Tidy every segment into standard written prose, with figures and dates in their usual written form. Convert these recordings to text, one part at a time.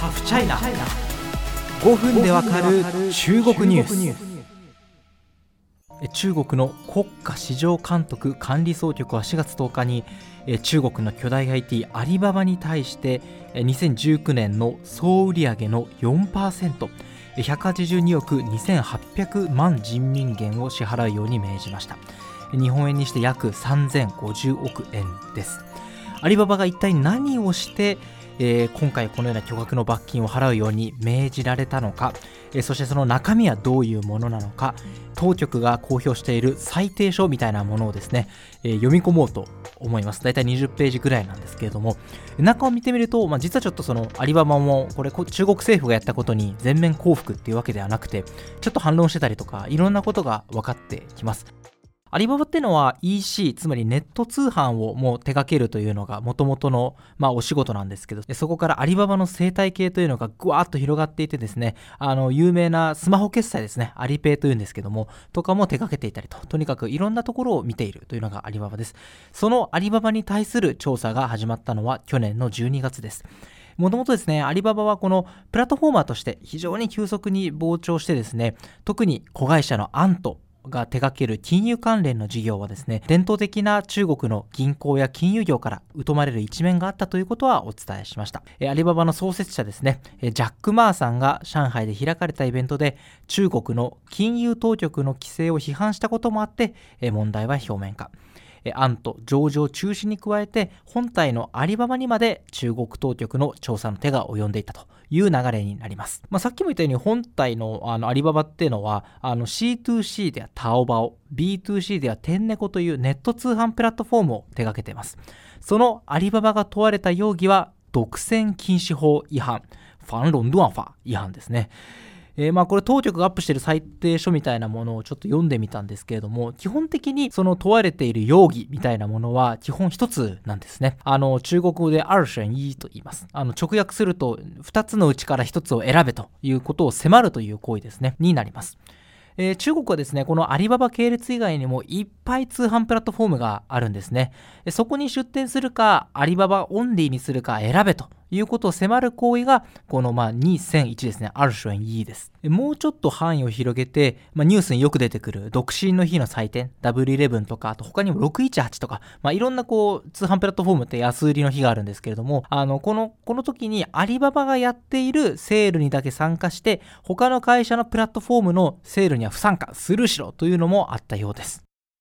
ハフチャイナ、5分でわかる中国ニュース。中国の国家市場監督管理総局は4月10日に中国の巨大 IT アリババに対して2019年の総売上の 4%、182億2800万人民元を支払うように命じました。日本円にして約3050億円です。アリババが一体何をして今回このような巨額の罰金を払うように命じられたのか、そしてその中身はどういうものなのか、当局が公表している裁定書みたいなものをですね、読み込もうと思います。だいたい20ページぐらいなんですけれども、中を見てみると、実はちょっとそのアリババもこれ中国政府がやったことに全面降伏っていうわけではなくて、ちょっと反論してたりとかいろんなことが分かってきます。アリババっていうのは EC、 つまりネット通販をもう手掛けるというのが元々のお仕事なんですけど、そこからアリババの生態系というのがぐわーっと広がっていてですね、有名なスマホ決済ですね、アリペイというんですけどもとかも手掛けていたりとにかくいろんなところを見ているというのがアリババです。そのアリババに対する調査が始まったのは去年の12月です。もともとですね、アリババはこのプラットフォーマーとして非常に急速に膨張してですね、特に子会社のアントが手掛ける金融関連の事業はですね、伝統的な中国の銀行や金融業から疎まれる一面があったということはお伝えしました。アリババの創設者ですね、ジャック・マーさんが上海で開かれたイベントで中国の金融当局の規制を批判したこともあって問題は表面化。アント上場中止に加えて本体のアリババにまで中国当局の調査の手が及んでいたという流れになります。さっきも言ったように本体のアリババっていうのはC2C ではタオバオ、 B2C ではテンネコというネット通販プラットフォームを手掛けています。そのアリババが問われた容疑は独占禁止法違反、ファンロンドゥアンファ違反ですね。これ当局がアップしている裁定書みたいなものをちょっと読んでみたんですけれども、基本的にその問われている容疑みたいなものは基本一つなんですね。中国語で二選一と言います。直訳すると2つのうちから1つを選べということを迫るという行為ですねになります。中国はですね、このアリババ系列以外にもいっぱい通販プラットフォームがあるんですね。そこに出店するかアリババオンリーにするか選べということを迫る行為がこの2.1ですね、二選一です。もうちょっと範囲を広げて、ニュースによく出てくる独身の日の祭典 W11 とか、あと他にも618とか、いろんな通販プラットフォームって安売りの日があるんですけれども、この時にアリババがやっているセールにだけ参加して他の会社のプラットフォームのセールには不参加、スルーしろというのもあったようです。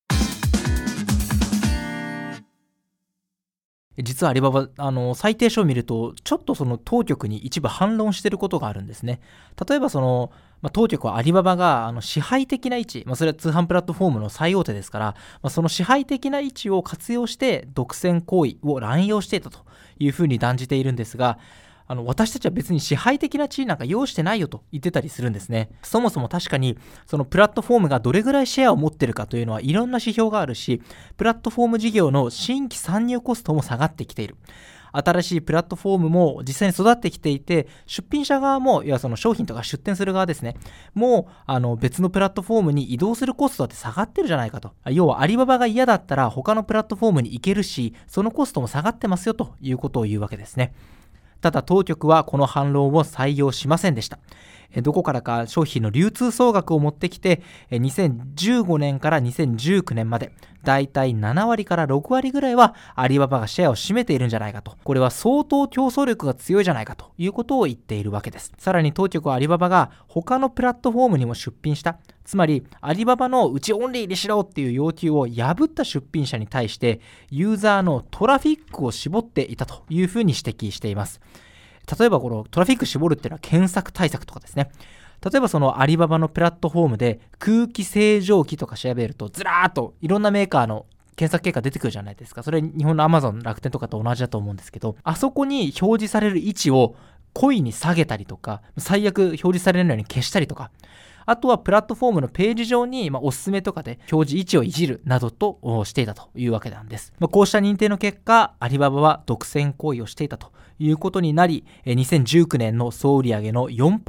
実はアリババ裁定書を見るとちょっとその当局に一部反論していることがあるんですね。例えば当局はアリババが支配的な位置、それは通販プラットフォームの最大手ですから、その支配的な位置を活用して独占行為を乱用していたというふうに断じているんですが、私たちは別に支配的な地位なんか要してないよと言ってたりするんですね。そもそも確かにそのプラットフォームがどれぐらいシェアを持ってるかというのはいろんな指標があるし、プラットフォーム事業の新規参入コストも下がってきている。新しいプラットフォームも実際に育ってきていて、出品者側も、いやその商品とか出店する側ですね、もう別のプラットフォームに移動するコストだって下がってるじゃないかと。要はアリババが嫌だったら他のプラットフォームに行けるし、そのコストも下がってますよということを言うわけですね。ただ当局はこの反論を採用しませんでした。どこからか商品の流通総額を持ってきて、2015年から2019年までだいたい7割から6割ぐらいはアリババがシェアを占めているんじゃないかと。これは相当競争力が強いじゃないかということを言っているわけです。さらに当局はアリババが他のプラットフォームにも出品した、つまりアリババのうちオンリーにしろっていう要求を破った出品者に対してユーザーのトラフィックを絞っていたというふうに指摘しています。例えばこのトラフィック絞るっていうのは検索対策とかですね。例えばそのアリババのプラットフォームで空気清浄機とか調べるとずらーっといろんなメーカーの検索結果出てくるじゃないですか。それ日本の Amazon、楽天とかと同じだと思うんですけど、あそこに表示される位置を故意に下げたりとか、最悪表示されないように消したりとか、あとはプラットフォームのページ上におすすめとかで表示位置をいじるなどとしていたというわけなんです。こうした認定の結果、アリババは独占行為をしていたということになり、2019年の総売上の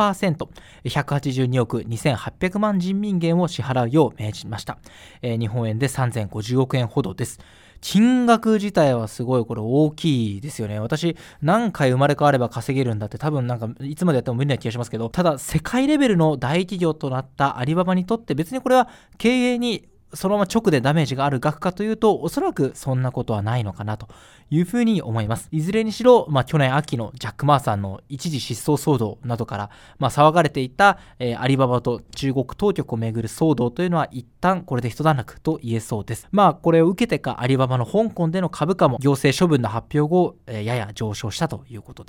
4%、182億2800万人民元を支払うよう命じました。日本円で3050億円ほどです。 金額自体はすごいこれ大きいですよね。私、何回生まれ変われば稼げるんだって多分なんかいつまでやっても無理な気がしますけど、ただ世界レベルの大企業となったアリババにとって別にこれは経営にそのまま直でダメージがある額かというと、おそらくそんなことはないのかなというふうに思います。いずれにしろ、去年秋のジャック・マーさんの一時失踪騒動などから、騒がれていた、アリババと中国当局をめぐる騒動というのは一旦これで一段落と言えそうです。これを受けてかアリババの香港での株価も行政処分の発表後、やや上昇したということです。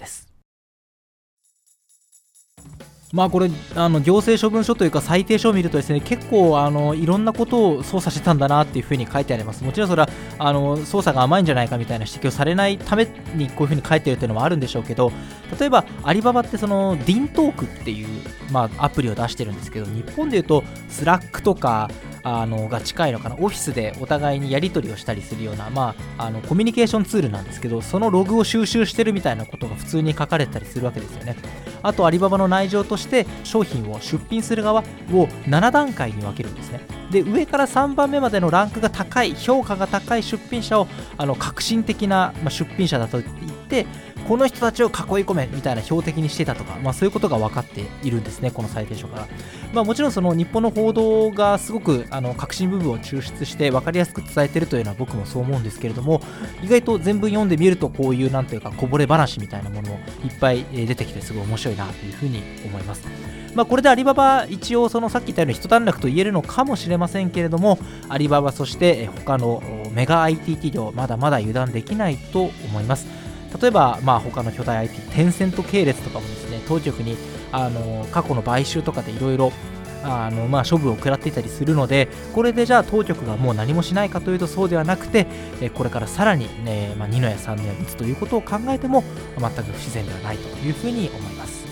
これ行政処分書というか裁定書を見るとですね、結構いろんなことを操作してたんだなっていうふうに書いてあります。もちろんそれは操作が甘いんじゃないかみたいな指摘をされないためにこういうふうに書いてるというのもあるんでしょうけど、例えばアリババってそのディントークっていう、アプリを出してるんですけど、日本でいうとスラックとかが近いのかな。オフィスでお互いにやり取りをしたりするような、コミュニケーションツールなんですけど、そのログを収集してるみたいなことが普通に書かれたりするわけですよね。あとアリババの内情として商品を出品する側を7段階に分けるんですね。で、上から3番目までのランクが高い、評価が高い出品者を革新的な出品者だと言って、この人たちを囲い込めみたいな標的にしてたとか、そういうことが分かっているんですね、この裁定書から。もちろんその日本の報道がすごく革新部分を抽出して分かりやすく伝えているというのは僕もそう思うんですけれども、意外と全文読んでみるとこういうなんていうかこぼれ話みたいなものもいっぱい出てきてすごい面白いなというふうに思います。これでアリババ一応そのさっき言ったように一段落と言えるのかもしれませんけれども、アリババそして他のメガ IT 企業まだまだ油断できないと思います。例えば、他の巨大 IT、テンセント系列とかもですね、当局に過去の買収とかでいろいろ処分を食らっていたりするので、これでじゃあ当局がもう何もしないかというとそうではなくて、これからさらに、2の矢3の矢3つということを考えても全く不自然ではないというふうに思います。